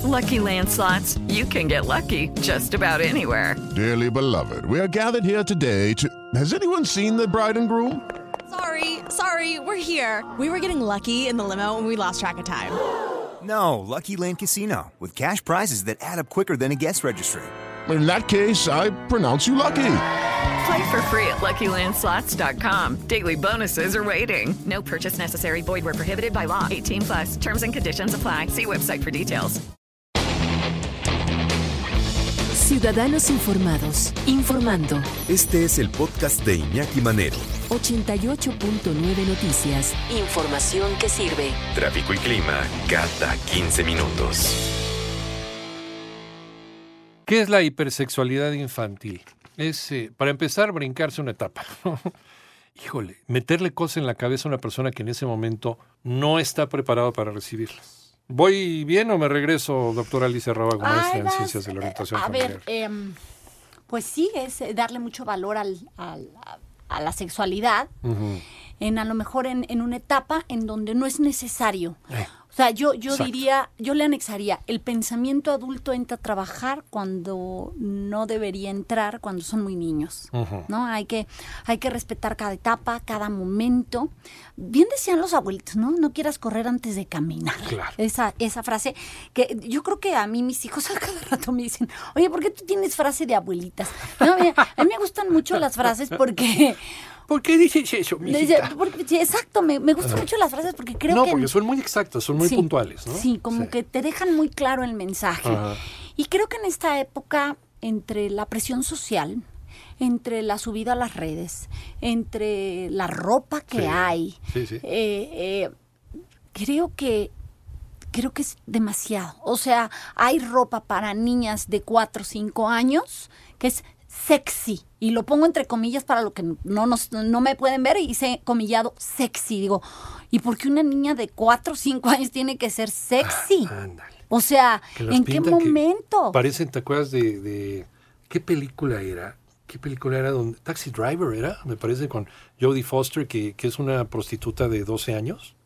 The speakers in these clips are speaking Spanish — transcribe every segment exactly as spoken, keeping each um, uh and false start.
Lucky Land Slots, you can get lucky just about anywhere. Dearly beloved, we are gathered here today to... Has anyone seen the bride and groom? Sorry, sorry, we're here. We were getting lucky in the limo and we lost track of time. No, Lucky Land Casino, with cash prizes that add up quicker than a guest registry. In that case, I pronounce you lucky. Play for free at Lucky Land Slots dot com. Daily bonuses are waiting. No purchase necessary. Void where prohibited by law. eighteen plus. Terms and conditions apply. See website for details. Ciudadanos Informados, informando. Este es el podcast de Iñaki Manero. ochenta y ocho punto nueve Noticias. Información que sirve. Tráfico y clima cada quince minutos. ¿Qué es la hipersexualidad infantil? Es, eh, para empezar, brincarse una etapa. Híjole, meterle cosas en la cabeza a una persona que en ese momento no está preparada para recibirlas. ¿Voy bien o me regreso, doctora Alicia Rábago, maestra en Ciencias de la Orientación A Familiar? ver, eh, pues sí, es darle mucho valor al, al, a, a la sexualidad, uh-huh. en a lo mejor en, en una etapa en donde no es necesario. Eh. O sea, yo, yo diría, yo le anexaría, el pensamiento adulto entra a trabajar cuando no debería entrar, cuando son muy niños, uh-huh. ¿no? Hay que, hay que respetar cada etapa, cada momento. Bien decían los abuelitos, ¿no? No quieras correr antes de caminar. Claro. Esa, esa frase, que yo creo que a mí mis hijos a cada rato me dicen, oye, ¿por qué tú tienes frase de abuelitas? No, mira, a mí me gustan mucho las frases porque... ¿Por qué dices eso, mijita? Porque, sí, exacto, me, me gustan mucho las frases porque creo no, que... No, porque son muy exactas, son muy sí, puntuales, ¿no? Sí, como sí. que te dejan muy claro el mensaje. Ajá. Y creo que en esta época, entre la presión social, entre la subida a las redes, entre la ropa que sí, hay, sí, sí. Eh, eh, creo que... Creo que es demasiado. O sea, hay ropa para niñas de cuatro o cinco años que es sexy. Y lo pongo entre comillas para lo que no nos no me pueden ver. Y hice comillado sexy. Digo, ¿y por qué una niña de cuatro o cinco años tiene que ser sexy? Ah, ándale. O sea, ¿en qué momento? Parecen, ¿te acuerdas de, de... ¿Qué película era? ¿Qué película era? Donde, Taxi Driver era, me parece, con Jodie Foster, que, que es una prostituta de doce años.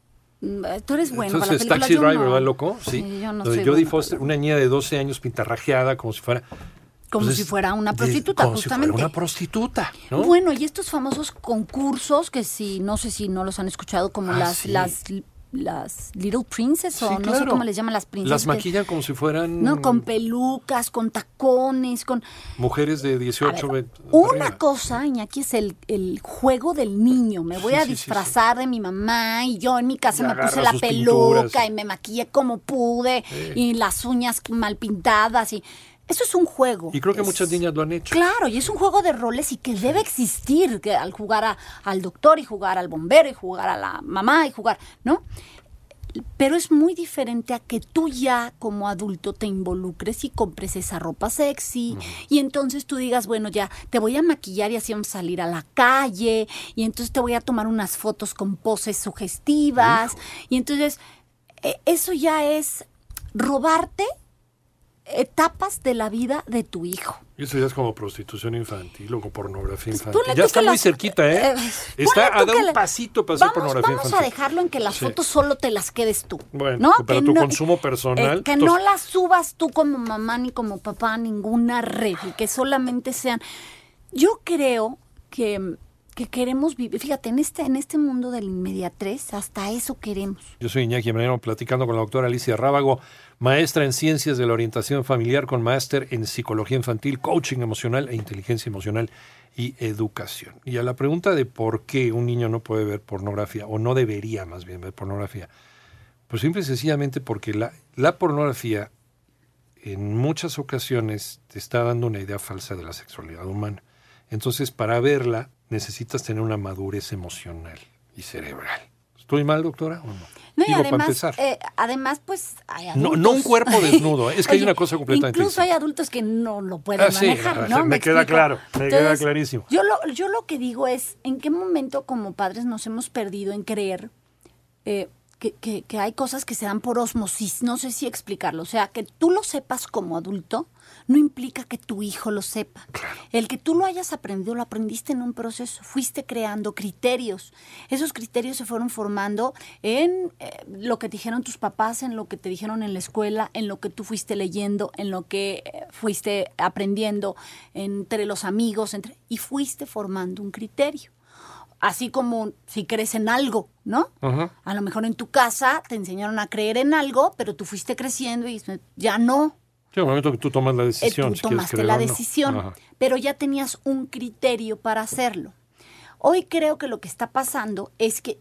Tú eres bueno. Entonces, para la Taxi Driver, no. ¿verdad, loco? Sí. sí yo no Donde soy Jodie buena, Foster, pero... una niña de doce años pintarrajeada, como si fuera... Como Entonces, si fuera una prostituta, de, como justamente. Si fuera una prostituta, ¿no? Bueno, y estos famosos concursos que si, no sé si no los han escuchado, como ah, las, sí. las, las Little Princess, sí, o claro. no sé cómo les llaman las princesas. Las maquillan que, como si fueran... No, con pelucas, con tacones, con... Mujeres de dieciocho... Ver, una arriba. Cosa, Iñaki, es el, el juego del niño. Me voy sí, a sí, disfrazar sí, sí. de mi mamá y yo en mi casa y me puse la peluca pinturas. Y me maquillé como pude sí. y las uñas mal pintadas y... Eso es un juego. Y creo que es, muchas niñas lo han hecho. Claro, y es un juego de roles y que sí. debe existir, que al jugar a, al doctor y jugar al bombero y jugar a la mamá y jugar, ¿no? Pero es muy diferente a que tú ya como adulto te involucres y compres esa ropa sexy uh-huh. y entonces tú digas, bueno, ya te voy a maquillar y así vamos a salir a la calle y entonces te voy a tomar unas fotos con poses sugestivas uh-huh. y entonces eh, eso ya es robarte etapas de la vida de tu hijo. Y eso ya es como prostitución infantil o pornografía infantil. Pues ya está muy las, cerquita, ¿eh? eh está a dar un la, pasito para hacer pornografía vamos infantil. Vamos a dejarlo en que las sí. fotos solo te las quedes tú. Bueno, ¿no? para que tu no, consumo personal. Eh, que entonces... no las subas tú como mamá ni como papá a ninguna red y que solamente sean... Yo creo que... que queremos vivir, fíjate, en este, en este mundo del inmediatez, hasta eso queremos. Yo soy Iñaki Manero, platicando con la doctora Alicia Rábago, maestra en Ciencias de la Orientación Familiar, con máster en Psicología Infantil, Coaching Emocional e Inteligencia Emocional y Educación. Y a la pregunta de por qué un niño no puede ver pornografía, o no debería más bien ver pornografía, pues simple y sencillamente porque la, la pornografía en muchas ocasiones te está dando una idea falsa de la sexualidad humana. Entonces, para verla, necesitas tener una madurez emocional y cerebral. ¿Estoy mal, doctora, o no? No, y Digo, además, para empezar. Eh, además, pues, hay adultos. No, no un cuerpo desnudo, es que Oye, hay una cosa completamente incluso distinta. hay adultos que no lo pueden ah, sí, manejar, ¿no? Me, me queda claro, me Entonces, queda clarísimo. Yo lo, yo lo que digo es, ¿en qué momento como padres nos hemos perdido en creer eh, que, que, que hay cosas que se dan por osmosis, no sé si explicarlo. O sea, que tú lo sepas como adulto no implica que tu hijo lo sepa. Claro. El que tú lo hayas aprendido, lo aprendiste en un proceso, fuiste creando criterios. Esos criterios se fueron formando en eh, lo que te dijeron tus papás, en lo que te dijeron en la escuela, en lo que tú fuiste leyendo, en lo que eh, fuiste aprendiendo entre los amigos, entre, y fuiste formando un criterio. Así como si crees en algo, ¿no? Uh-huh. A lo mejor en tu casa te enseñaron a creer en algo, pero tú fuiste creciendo y ya no. Sí, en el momento que tú tomas la decisión. Eh, tú si tomaste la no. decisión, uh-huh. pero ya tenías un criterio para hacerlo. Hoy creo que lo que está pasando es que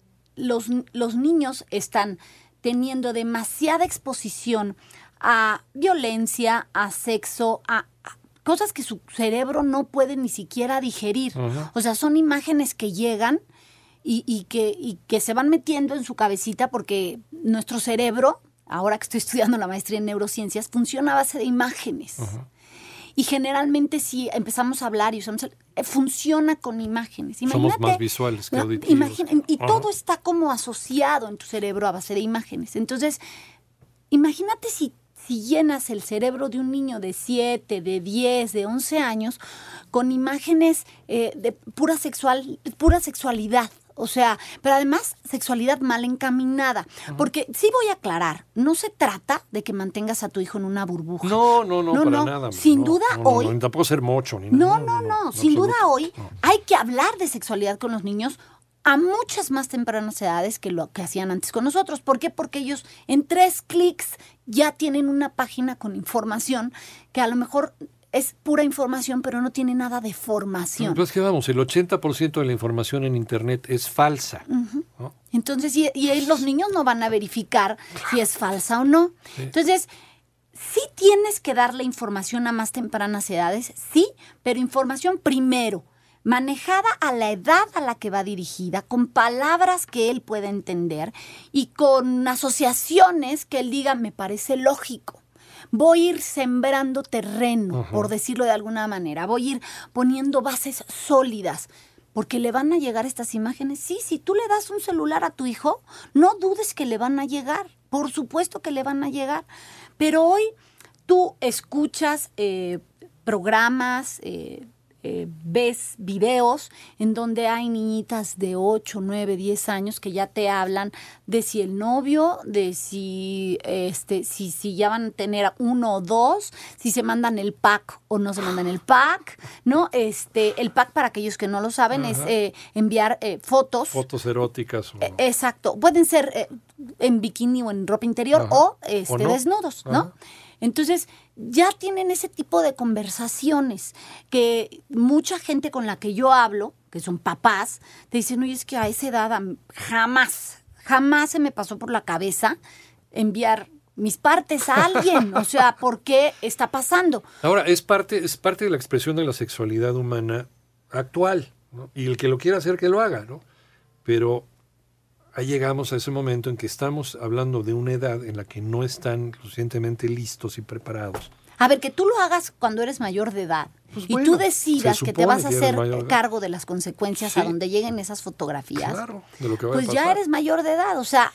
los, los niños están teniendo demasiada exposición a violencia, a sexo, a... a cosas que su cerebro no puede ni siquiera digerir. Uh-huh. O sea, son imágenes que llegan y, y, que, y que se van metiendo en su cabecita porque nuestro cerebro, ahora que estoy estudiando la maestría en neurociencias, funciona a base de imágenes. Uh-huh. Y generalmente si empezamos a hablar y usamos, eh, funciona con imágenes. Imagínate, somos más visuales que ¿no? auditivos. Imagina, y uh-huh. todo está como asociado en tu cerebro a base de imágenes. Entonces, imagínate si Si llenas el cerebro de un niño de siete, de diez, de once años con imágenes eh, de pura, sexual, pura sexualidad, o sea, pero además sexualidad mal encaminada. Uh-huh. Porque sí voy a aclarar, no se trata de que mantengas a tu hijo en una burbuja. No, no, no, no para no. nada. Sin no, duda no, no, hoy... No, no, tampoco ser mocho. Ni no, no, no, no, no, no sin absoluto. duda hoy no. hay que hablar de sexualidad con los niños a muchas más tempranas edades que lo que hacían antes con nosotros. ¿Por qué? Porque ellos en tres clics ya tienen una página con información que a lo mejor es pura información, pero no tiene nada de formación. Entonces, ¿qué vamos? El ochenta por ciento de la información en Internet es falsa. Uh-huh. ¿no? Entonces, y, y los niños no van a verificar si es falsa o no. Sí. Entonces, sí tienes que darle información a más tempranas edades, sí, pero información primero, manejada a la edad a la que va dirigida, con palabras que él pueda entender y con asociaciones que él diga, me parece lógico. Voy a ir sembrando terreno, uh-huh. por decirlo de alguna manera. Voy a ir poniendo bases sólidas, porque le van a llegar estas imágenes. Sí, si tú le das un celular a tu hijo, no dudes que le van a llegar. Por supuesto que le van a llegar. Pero hoy tú escuchas eh, programas... Eh, Eh, ves videos en donde hay niñitas de ocho, nueve, diez años que ya te hablan de si el novio, de si este, si, si ya van a tener uno o dos, si se mandan el pack o no se mandan el pack, ¿no? Este, el pack, para aquellos que no lo saben, Ajá. es eh, enviar eh, fotos. Fotos eróticas. O... Eh, exacto. Pueden ser eh, en bikini o en ropa interior Ajá. o, este, ¿O no? desnudos, ¿no? Ajá. Entonces, ya tienen ese tipo de conversaciones que mucha gente con la que yo hablo, que son papás, te dicen, oye, es que a esa edad jamás, jamás se me pasó por la cabeza enviar mis partes a alguien. O sea, ¿por qué está pasando? Ahora, es parte, es parte de la expresión de la sexualidad humana actual, ¿no? Y el que lo quiera hacer, que lo haga, ¿no? Pero... ahí llegamos a ese momento en que estamos hablando de una edad en la que no están suficientemente listos y preparados. A ver, que tú lo hagas cuando eres mayor de edad pues y bueno, tú decidas que te vas a hacer cargo de las consecuencias sí. a donde lleguen esas fotografías, claro, de lo que va pues a pasar. Ya eres mayor de edad, o sea,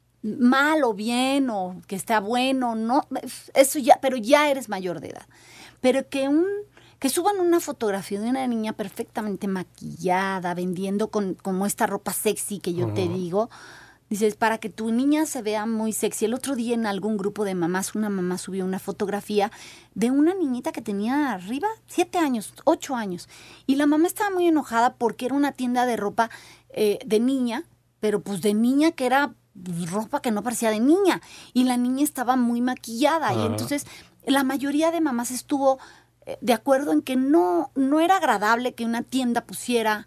mal o bien o que esté bueno, no, eso ya, pero ya eres mayor de edad. Pero que un que suban una fotografía de una niña perfectamente maquillada, vendiendo con como esta ropa sexy que yo uh-huh. te digo, dices, para que tu niña se vea muy sexy. El otro día en algún grupo de mamás, una mamá subió una fotografía de una niñita que tenía arriba siete años, ocho años. Y la mamá estaba muy enojada porque era una tienda de ropa eh, de niña, pero pues de niña que era ropa que no parecía de niña. Y la niña estaba muy maquillada. Uh-huh. Y entonces la mayoría de mamás estuvo... de acuerdo en que no, no era agradable que una tienda pusiera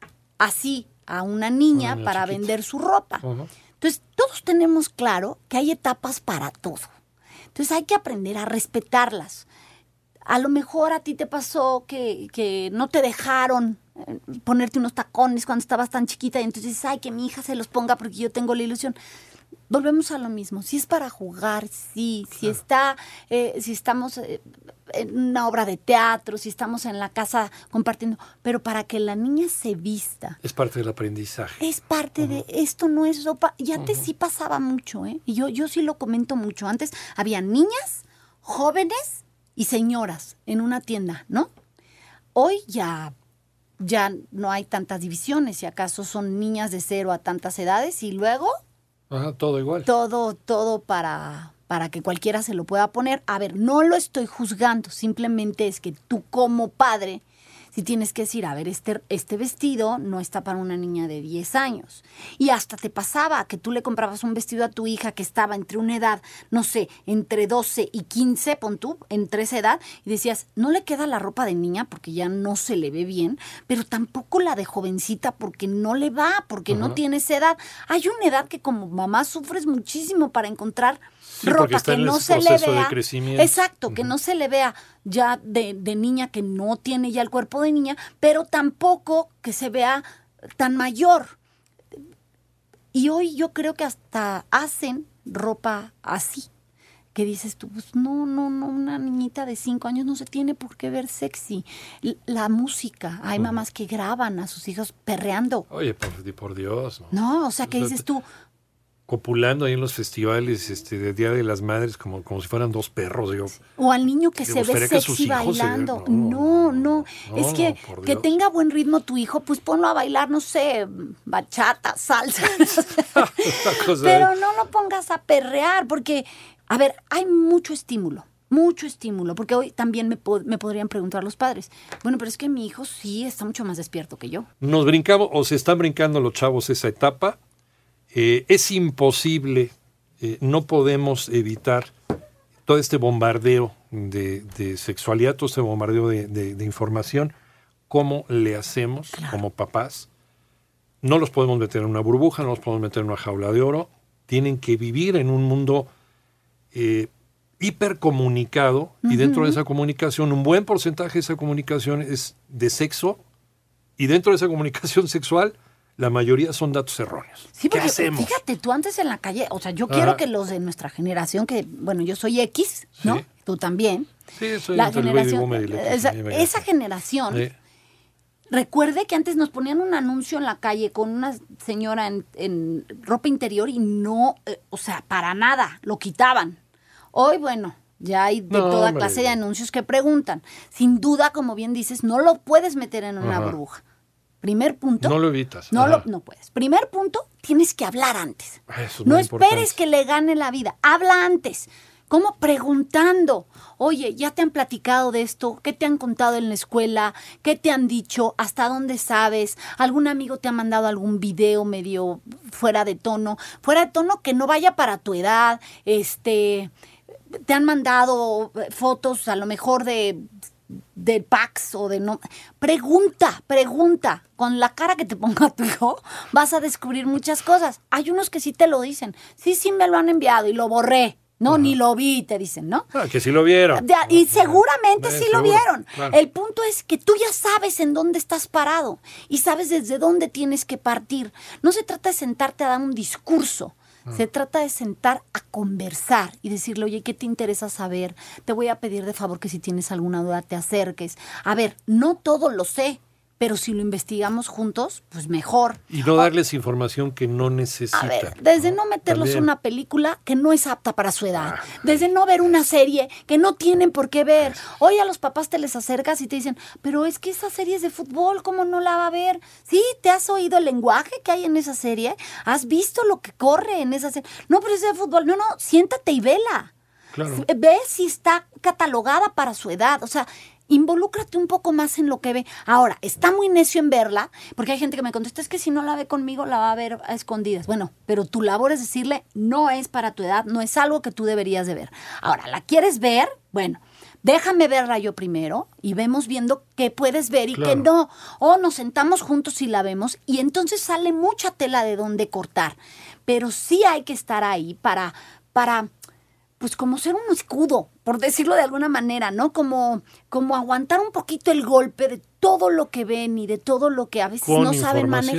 así a una niña una para chiquita. Vender su ropa. Uh-huh. Entonces, todos tenemos claro que hay etapas para todo. Entonces, hay que aprender a respetarlas. A lo mejor a ti te pasó que, que no te dejaron ponerte unos tacones cuando estabas tan chiquita y entonces dices, ay, que mi hija se los ponga porque yo tengo la ilusión. Volvemos a lo mismo. Si es para jugar, sí. Si está, eh, si estamos eh, en una obra de teatro, si estamos en la casa compartiendo, pero para que la niña se vista. Es parte del aprendizaje. Es parte uh-huh. de, esto no es ropa, y antes uh-huh. sí pasaba mucho, ¿eh? Y yo, yo sí lo comento mucho, antes había niñas, jóvenes y señoras en una tienda, ¿no? Hoy ya, ya no hay tantas divisiones, si acaso son niñas de cero a tantas edades y luego... Ajá, todo igual. Todo, todo para, para que cualquiera se lo pueda poner. A ver, no lo estoy juzgando, simplemente es que tú como padre, si tienes que decir, a ver, este, este vestido no está para una niña de diez años. Y hasta te pasaba que tú le comprabas un vestido a tu hija que estaba entre una edad, no sé, entre doce y quince, pon tú, entre esa edad, y decías, no le queda la ropa de niña porque ya no se le ve bien, pero tampoco la de jovencita porque no le va, porque uh-huh. no tiene esa edad. Hay una edad que como mamá sufres muchísimo para encontrar sí, ropa que no se le vea. De crecimiento. Exacto, uh-huh. que no se le vea ya de, de niña, que no tiene ya el cuerpo de niña, pero tampoco que se vea tan mayor. Y hoy yo creo que hasta hacen ropa así, que dices tú, pues no, no, no, una niñita de cinco años no se tiene por qué ver sexy. La música, hay mamás que graban a sus hijos perreando. Oye, por, por Dios. No, no o sea, que dices tú... Copulando ahí en los festivales este, de Día de las Madres como, como si fueran dos perros. Digo, o al niño que se ve sexy bailando. Se... No, no, no, no. Es que, no, que tenga buen ritmo tu hijo, pues ponlo a bailar, no sé, bachata, salsa. Pero no lo pongas a perrear, porque, a ver, hay mucho estímulo. Mucho estímulo, porque hoy también me, po- me podrían preguntar los padres, bueno, pero es que mi hijo sí está mucho más despierto que yo. Nos brincamos, o se están brincando los chavos esa etapa. Eh, es imposible, eh, no podemos evitar todo este bombardeo de, de sexualidad, todo este bombardeo de, de, de información. ¿Cómo le hacemos claro. como papás? No los podemos meter en una burbuja, no los podemos meter en una jaula de oro. Tienen que vivir en un mundo eh, hipercomunicado uh-huh. y dentro de esa comunicación, un buen porcentaje de esa comunicación es de sexo y dentro de esa comunicación sexual la mayoría son datos erróneos. Sí, porque ¿qué hacemos? Fíjate, tú antes en la calle, o sea, yo Ajá. quiero que los de nuestra generación, que, bueno, yo soy X, ¿no? Sí. Tú también. Sí, soy la entre generación, el baby boomer y la esa, esa generación, sí. Recuerde que antes nos ponían un anuncio en la calle con una señora en, en ropa interior y no, eh, o sea, para nada, lo quitaban. Hoy, bueno, ya hay de no, toda hombre. clase de anuncios que preguntan. Sin duda, como bien dices, no lo puedes meter en una Ajá. burbuja. Primer punto. No lo evitas. No, lo, no puedes. Primer punto, tienes que hablar antes. Eso es no muy esperes importante. que le gane la vida. Habla antes. ¿Cómo? Preguntando. Oye, ¿ya te han platicado de esto? ¿Qué te han contado en la escuela? ¿Qué te han dicho? ¿Hasta dónde sabes? ¿Algún amigo te ha mandado algún video medio fuera de tono? Fuera de tono que no vaya para tu edad. Este, te han mandado fotos a lo mejor de... del Pax o de no. Pregunta, pregunta. Con la cara que te ponga tu hijo, vas a descubrir muchas cosas. Hay unos que sí te lo dicen. Sí, sí me lo han enviado y lo borré. No, Ajá. ni lo vi, te dicen, ¿no? Ah, que sí lo vieron. De, y seguramente eh, sí seguro, lo vieron. Claro. El punto es que tú ya sabes en dónde estás parado y sabes desde dónde tienes que partir. No se trata de sentarte a dar un discurso. Se trata de sentar a conversar y decirle, oye, ¿qué te interesa saber? Te voy a pedir de favor que si tienes alguna duda te acerques. A ver, no todo lo sé, pero si lo investigamos juntos, pues mejor. Y no darles oh, información que no necesitan. A ver, desde no, no meterlos en una película que no es apta para su edad. Ah, desde no ver una serie que no tienen por qué ver. Hoy a los papás te les acercas y te dicen, pero es que esa serie es de fútbol, ¿cómo no la va a ver? Sí, ¿te has oído el lenguaje que hay en esa serie? ¿Has visto lo que corre en esa serie? No, pero es de fútbol. No, no, siéntate y vela. Claro. Ve si está catalogada para su edad. O sea, involúcrate un poco más en lo que ve. Ahora, está muy necio en verla, porque hay gente que me contesta, es que si no la ve conmigo, la va a ver a escondidas. Bueno, pero tu labor es decirle, no es para tu edad, no es algo que tú deberías de ver. Ahora, ¿la quieres ver? Bueno, déjame verla yo primero y vemos viendo qué puedes ver y claro. qué no. O nos sentamos juntos y la vemos y entonces sale mucha tela de dónde cortar. Pero sí hay que estar ahí para... para pues como ser un escudo, por decirlo de alguna manera, ¿no? Como, como aguantar un poquito el golpe de todo lo que ven y de todo lo que a veces Con no saben manejar.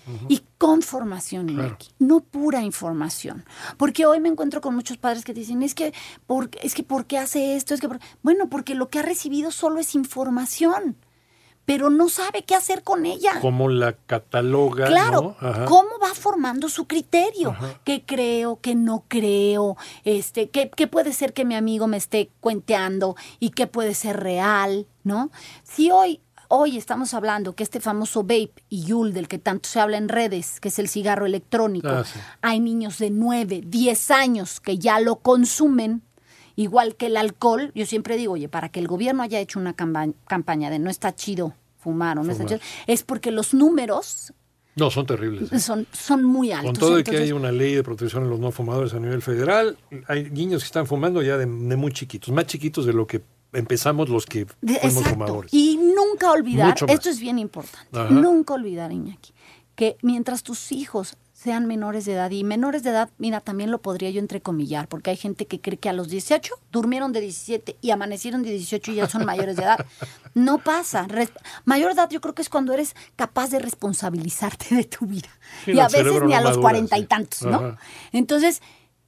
Uh-huh. Y con formación, Claro. Iñaki, no pura información. Porque hoy me encuentro con muchos padres que dicen, es que, ¿por, es que ¿por qué hace esto? Es que por-". Bueno, porque lo que ha recibido solo es información, pero no sabe qué hacer con ella. Cómo la cataloga, Claro, ¿no? Ajá. cómo va formando su criterio, Ajá. qué creo, qué no creo, este, qué, qué puede ser que mi amigo me esté cuenteando y qué puede ser real, ¿no? Si hoy, hoy estamos hablando que este famoso vape y Juul del que tanto se habla en redes, que es el cigarro electrónico, Ah, sí. hay niños de nueve, diez años que ya lo consumen. Igual que el alcohol, yo siempre digo, oye, para que el gobierno haya hecho una camba- campaña de no está chido fumar o no está Fumar. chido, es porque los números No, son terribles. ¿eh? son, son muy altos. Con todo y que Entonces, hay una ley de protección a los no fumadores a nivel federal, hay niños que están fumando ya de, de muy chiquitos, más chiquitos de lo que empezamos los que de- fuimos exacto. fumadores. Y nunca olvidar, Mucho más. esto es bien importante, Ajá. nunca olvidar, Iñaki, que mientras tus hijos sean menores de edad, y menores de edad, mira, también lo podría yo entrecomillar, porque hay gente que cree que a los dieciocho durmieron de diecisiete y amanecieron de dieciocho y ya son mayores de edad. No pasa. Res- mayor edad yo creo que es cuando eres capaz de responsabilizarte de tu vida. Sí, y no, a el veces cerebro ni no a los madura, cuarenta sí. y tantos, ¿no? Ajá. Entonces,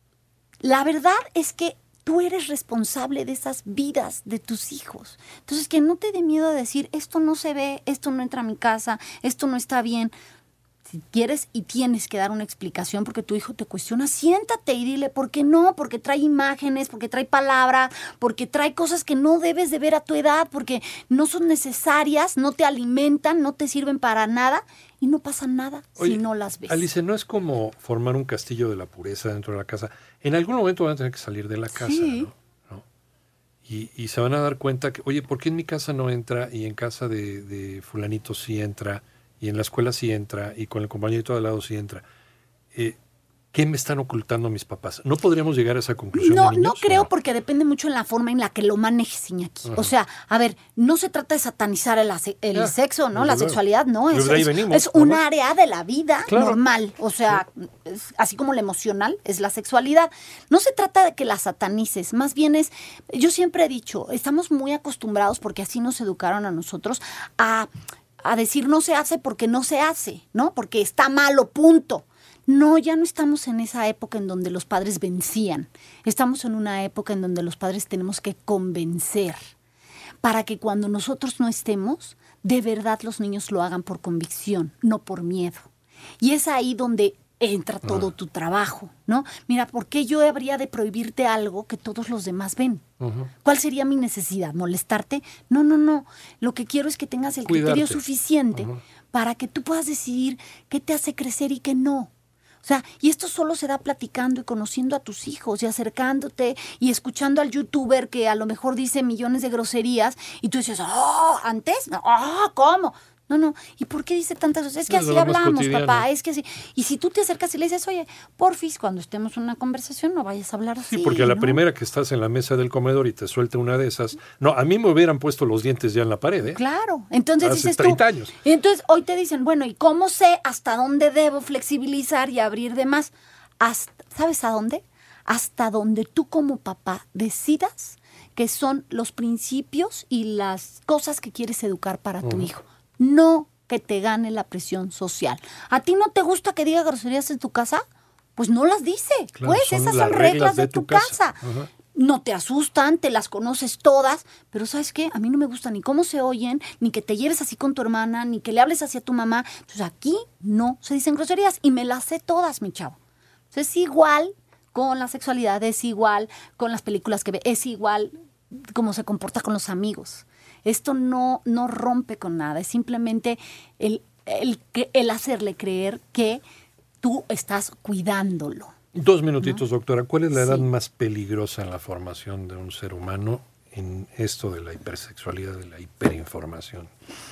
la verdad es que tú eres responsable de esas vidas de tus hijos. Entonces, que no te dé miedo de decir, esto no se ve, esto no entra a mi casa, esto no está bien. Si quieres y tienes que dar una explicación porque tu hijo te cuestiona, siéntate y dile, ¿por qué no? Porque trae imágenes, porque trae palabras, porque trae cosas que no debes de ver a tu edad, porque no son necesarias, no te alimentan, no te sirven para nada y no pasa nada Oye, si no las ves. Alice, no es como formar un castillo de la pureza dentro de la casa. En algún momento van a tener que salir de la casa, Sí. ¿no? ¿No? Y, y se van a dar cuenta que, oye, ¿por qué en mi casa no entra y en casa de, de fulanito sí entra y en la escuela sí entra y con el compañerito de al lado sí entra? Eh, ¿Qué me están ocultando mis papás? ¿No podríamos llegar a esa conclusión No, de niños? no creo ¿O porque depende mucho en la forma en la que lo manejes, Iñaki. Ajá. O sea, a ver, no se trata de satanizar el, ace- el Ya, sexo, ¿no? desde La luego. sexualidad, ¿no? Pero Es, de ahí es- venimos, es un ¿no? área de la vida Claro. normal. O sea, es- así como la emocional es la sexualidad. No se trata de que la satanices, más bien es, yo siempre he dicho, estamos muy acostumbrados, porque así nos educaron a nosotros, a, a decir no se hace porque no se hace, ¿no? Porque está malo, punto. No, ya no estamos en esa época en donde los padres vencían. Estamos en una época en donde los padres tenemos que convencer para que cuando nosotros no estemos, de verdad los niños lo hagan por convicción, no por miedo. Y es ahí donde entra todo tu trabajo, ¿no? Mira, ¿por qué yo habría de prohibirte algo que todos los demás ven? Ujú. ¿Cuál sería mi necesidad? ¿Molestarte? No, no, no. Lo que quiero es que tengas el Cuidarte. criterio suficiente Ujú. para que tú puedas decidir qué te hace crecer y qué no. O sea, y esto solo se da platicando y conociendo a tus hijos y acercándote y escuchando al youtuber que a lo mejor dice millones de groserías y tú dices, oh, ¿antes? No, oh, ¿cómo? No, no. ¿Y por qué dice tantas cosas? Es que Es de así lo más hablamos, cotidiano. papá. Es que así. Y si tú te acercas y le dices, oye, porfis, cuando estemos en una conversación no vayas a hablar así. Sí, porque a la ¿no? primera que estás en la mesa del comedor y te suelte una de esas... No, a mí me hubieran puesto los dientes ya en la pared, ¿eh? Claro. Entonces Hace dices treinta tú. años. Y entonces hoy te dicen, bueno, ¿y cómo sé hasta dónde debo flexibilizar y abrir de más? Hasta, ¿sabes a dónde? Hasta donde tú como papá decidas que son los principios y las cosas que quieres educar para tu hijo. No que te gane la presión social. ¿A ti no te gusta que diga groserías en tu casa? Pues no las dice. Claro, pues son esas las son reglas, reglas de, de tu, tu casa. casa. Ajá. No te asustan, te las conoces todas, pero ¿sabes qué? A mí no me gusta ni cómo se oyen, ni que te lleves así con tu hermana, ni que le hables así a tu mamá. Entonces aquí no se dicen groserías y me las sé todas, mi chavo. Entonces es igual con la sexualidad, es igual con las películas que ve, es igual cómo se comporta con los amigos. Esto no, no rompe con nada, es simplemente el, el, el hacerle creer que tú estás cuidándolo. Dos minutitos, doctora. ¿Cuál es la edad Sí. más peligrosa en la formación de un ser humano en esto de la hipersexualidad, de la hiperinformación?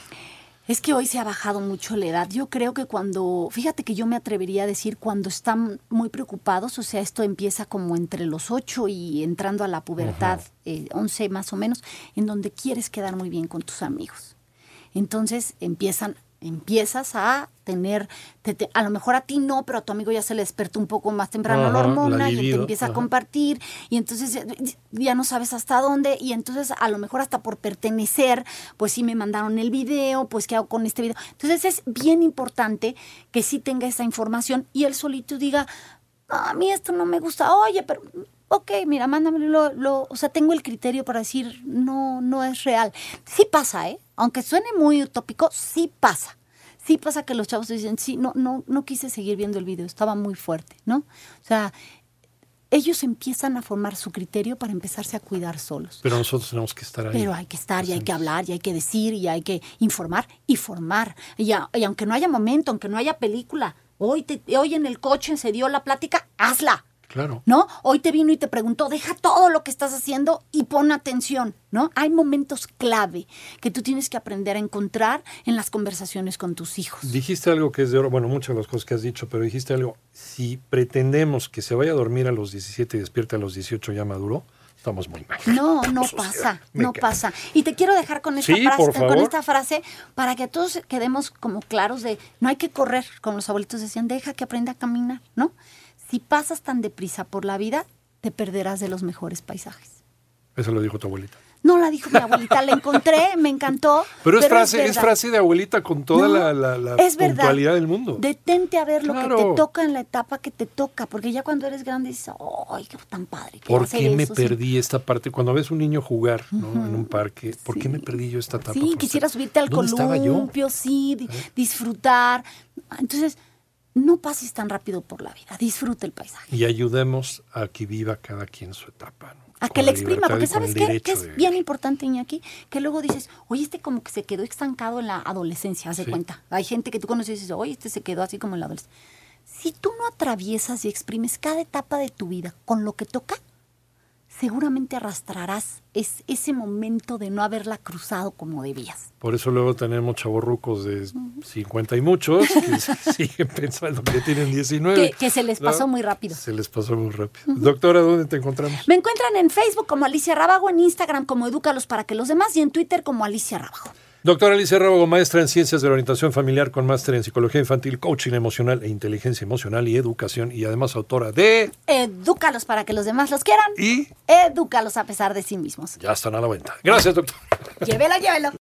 Es que hoy se ha bajado mucho la edad. Yo creo que cuando, fíjate que yo me atrevería a decir cuando están muy preocupados, o sea, esto empieza como entre los ocho y entrando a la pubertad, eh, once más o menos, en donde quieres quedar muy bien con tus amigos. Entonces empiezan Empiezas a tener, te, te, a lo mejor a ti no, pero a tu amigo ya se le despertó un poco más temprano Ajá, la hormona la y libido, te empieza ajá. a compartir y entonces ya, ya no sabes hasta dónde y entonces a lo mejor hasta por pertenecer, pues sí me mandaron el video, pues qué hago con este video. Entonces es bien importante que sí tenga esa información y él solito diga, a mí esto no me gusta, oye, pero... Ok, mira, mándamelo, lo, lo, o sea, tengo el criterio para decir, no, no es real. Sí pasa, ¿eh? Aunque suene muy utópico, sí pasa. Sí pasa que los chavos dicen, sí, no, no, no quise seguir viendo el video, estaba muy fuerte, ¿no? O sea, ellos empiezan a formar su criterio para empezarse a cuidar solos. Pero nosotros tenemos que estar ahí. Pero hay que estar, y hay que hablar, y hay que decir, y hay que informar y formar. Y, a, y aunque no haya momento, aunque no haya película, hoy, te, hoy en el coche se dio la plática, hazla. Claro. ¿No? Hoy te vino y te preguntó, deja todo lo que estás haciendo y pon atención, ¿no? Hay momentos clave que tú tienes que aprender a encontrar en las conversaciones con tus hijos. Dijiste algo que es de oro, bueno, muchas de las cosas que has dicho, pero dijiste algo, si pretendemos que se vaya a dormir a los diecisiete y despierte a los dieciocho ya maduro, estamos muy mal. No, no Sociedad, pasa, me no cae. pasa. Y te quiero dejar con esta, Sí, frase, por favor. con esta frase para que todos quedemos como claros de, no hay que correr, como los abuelitos decían, deja que aprenda a caminar, ¿no? Si pasas tan deprisa por la vida, te perderás de los mejores paisajes. Eso lo dijo tu abuelita. No la dijo mi abuelita, la encontré, me encantó. Pero es frase, es, verdad. frase de abuelita con toda No, la, la, la es verdad. puntualidad del mundo. Detente a ver lo Claro. que te toca en la etapa que te toca, porque ya cuando eres grande dices, ¡ay, qué tan padre! ¿Por hacer qué me eso, sí". perdí esta parte? Cuando ves un niño jugar, ¿no? En un parque, ¿por qué Sí. me perdí yo esta etapa? Sí, Por quisiera ser- subirte al ¿Dónde estaba yo? columpio, sí, di- disfrutar. Entonces, no pases tan rápido por la vida, disfruta el paisaje. Y ayudemos a que viva cada quien su etapa, ¿no? A Con que la le exprima, libertad porque y con ¿sabes el qué? derecho Que de es vivir. bien importante, Iñaki, que luego dices, oye, este como que se quedó estancado en la adolescencia, haz de Sí. cuenta. Hay gente que tú conoces y dices, oye, este se quedó así como en la adolescencia. Si tú no atraviesas y exprimes cada etapa de tu vida con lo que toca, seguramente arrastrarás es, ese momento de no haberla cruzado como debías. Por eso luego tenemos chavorrucos de cincuenta y muchos que siguen pensando que tienen diecinueve. Que, que se les ¿no? pasó muy rápido. Se les pasó muy rápido. Doctora, ¿dónde te encontramos? Me encuentran en Facebook como Alicia Rábago, en Instagram como Edúcalos para que los demás y en Twitter como Alicia Rábago. Doctora Alicia Rábago, maestra en Ciencias de la Orientación Familiar con máster en Psicología Infantil, Coaching Emocional e Inteligencia Emocional y Educación y además autora de... Edúcalos para que los demás los quieran. Y Edúcalos a pesar de sí mismos. ya están a la venta. Gracias, doctor. Llévelo, llévelo.